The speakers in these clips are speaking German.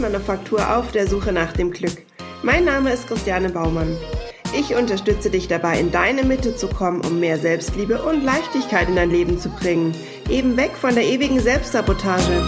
Holzmanufaktur auf der Suche nach dem Glück. Mein Name ist Christiane Baumann. Ich unterstütze dich dabei, in deine Mitte zu kommen, um mehr Selbstliebe und Leichtigkeit in dein Leben zu bringen. Eben weg von der ewigen Selbstsabotage.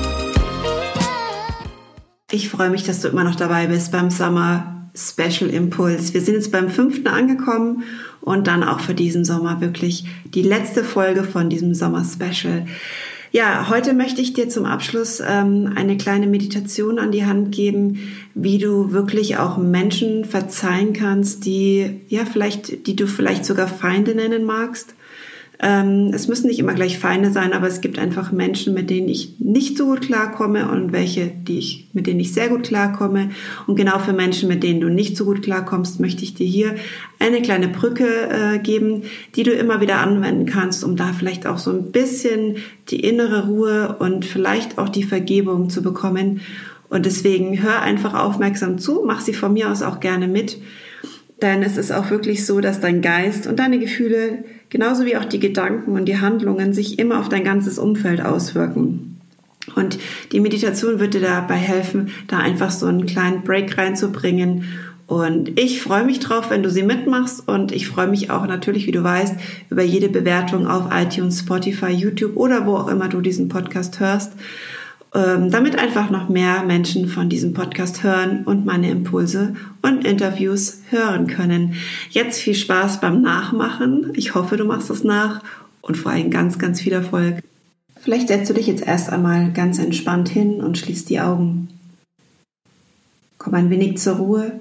Ich freue mich, dass du immer noch dabei bist beim Sommer Special Impuls. Wir sind jetzt beim 5. angekommen und dann auch für diesen Sommer wirklich die letzte Folge von diesem Sommer Special. Ja, heute möchte ich dir zum Abschluss eine kleine Meditation an die Hand geben, wie du wirklich auch Menschen verzeihen kannst, die du vielleicht sogar Feinde nennen magst. Es müssen nicht immer gleich Feinde sein, aber es gibt einfach Menschen, mit denen ich nicht so gut klarkomme und welche, mit denen ich sehr gut klarkomme. Und genau für Menschen, mit denen du nicht so gut klarkommst, möchte ich dir hier eine kleine Brücke geben, die du immer wieder anwenden kannst, um da vielleicht auch so ein bisschen die innere Ruhe und vielleicht auch die Vergebung zu bekommen. Und deswegen hör einfach aufmerksam zu, mach sie von mir aus auch gerne mit. Denn es ist auch wirklich so, dass dein Geist und deine Gefühle, genauso wie auch die Gedanken und die Handlungen, sich immer auf dein ganzes Umfeld auswirken. Und die Meditation wird dir dabei helfen, da einfach so einen kleinen Break reinzubringen. Und ich freue mich drauf, wenn du sie mitmachst. Und ich freue mich auch natürlich, wie du weißt, über jede Bewertung auf iTunes, Spotify, YouTube oder wo auch immer du diesen Podcast hörst, damit einfach noch mehr Menschen von diesem Podcast hören und meine Impulse und Interviews hören können. Jetzt viel Spaß beim Nachmachen. Ich hoffe, du machst es nach und vor allem ganz, ganz viel Erfolg. Vielleicht setzt du dich jetzt erst einmal ganz entspannt hin und schließt die Augen. Komm ein wenig zur Ruhe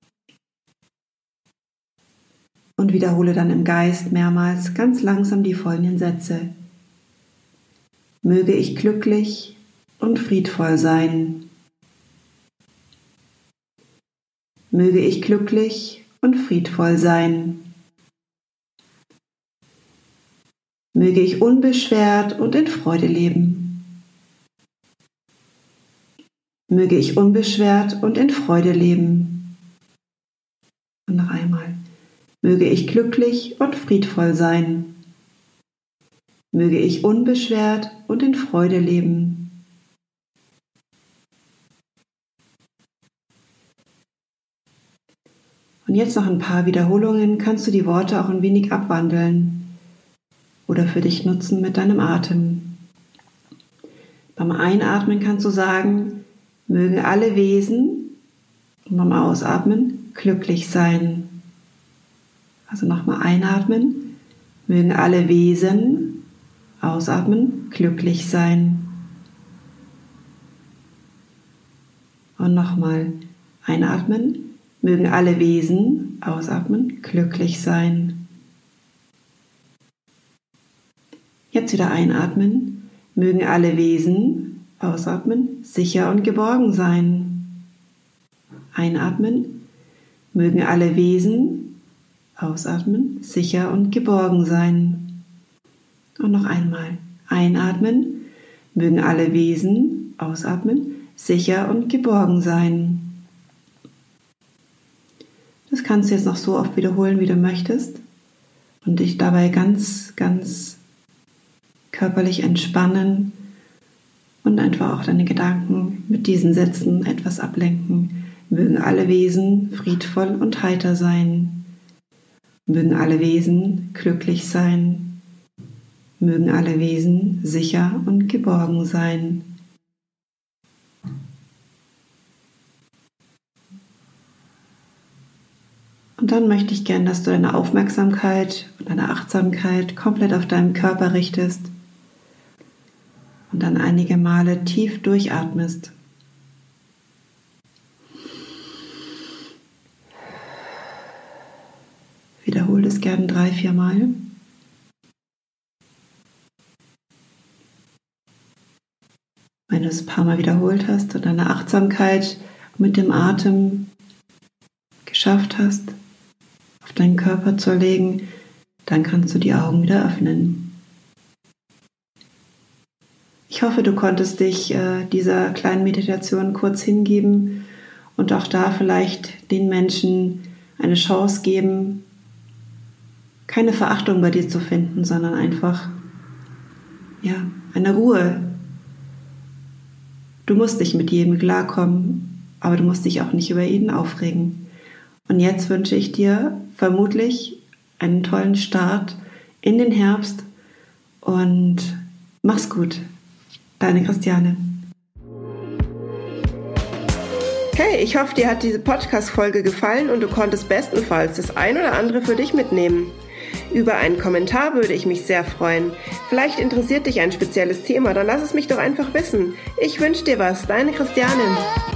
und wiederhole dann im Geist mehrmals ganz langsam die folgenden Sätze. Möge ich glücklich und friedvoll sein. Möge ich glücklich und friedvoll sein. Möge ich unbeschwert und in Freude leben. Möge ich unbeschwert und in Freude leben. Und noch einmal. Möge ich glücklich und friedvoll sein. Möge ich unbeschwert und in Freude leben. Und jetzt noch ein paar Wiederholungen, kannst du die Worte auch ein wenig abwandeln oder für dich nutzen mit deinem Atem. Beim Einatmen kannst du sagen, mögen alle Wesen, und beim Ausatmen, glücklich sein. Also nochmal einatmen, mögen alle Wesen, ausatmen, glücklich sein. Und nochmal einatmen, mögen alle Wesen, ausatmen, glücklich sein. Jetzt wieder einatmen, mögen alle Wesen, ausatmen, sicher und geborgen sein. Einatmen, mögen alle Wesen, ausatmen, sicher und geborgen sein. Und noch einmal einatmen, mögen alle Wesen, ausatmen, sicher und geborgen sein. Das kannst du jetzt noch so oft wiederholen, wie du möchtest und dich dabei ganz, ganz körperlich entspannen und einfach auch deine Gedanken mit diesen Sätzen etwas ablenken. Mögen alle Wesen friedvoll und heiter sein. Mögen alle Wesen glücklich sein. Mögen alle Wesen sicher und geborgen sein. Und dann möchte ich gern, dass du deine Aufmerksamkeit und deine Achtsamkeit komplett auf deinen Körper richtest und dann einige Male tief durchatmest. Wiederhole es gern 3-4 Mal. Wenn du es ein paar Mal wiederholt hast und deine Achtsamkeit mit dem Atem geschafft hast, auf deinen Körper zu legen, dann kannst du die Augen wieder öffnen. Ich hoffe, du konntest dich dieser kleinen Meditation kurz hingeben und auch da vielleicht den Menschen eine Chance geben, keine Verachtung bei dir zu finden, sondern einfach eine Ruhe. Du musst nicht mit jedem klarkommen. aber du musst dich auch nicht über ihn aufregen. Und jetzt wünsche ich dir vermutlich einen tollen Start in den Herbst und mach's gut. Deine Christiane. Hey, ich hoffe, dir hat diese Podcast-Folge gefallen und du konntest bestenfalls das ein oder andere für dich mitnehmen. Über einen Kommentar würde ich mich sehr freuen. Vielleicht interessiert dich ein spezielles Thema, dann lass es mich doch einfach wissen. Ich wünsche dir was, deine Christiane.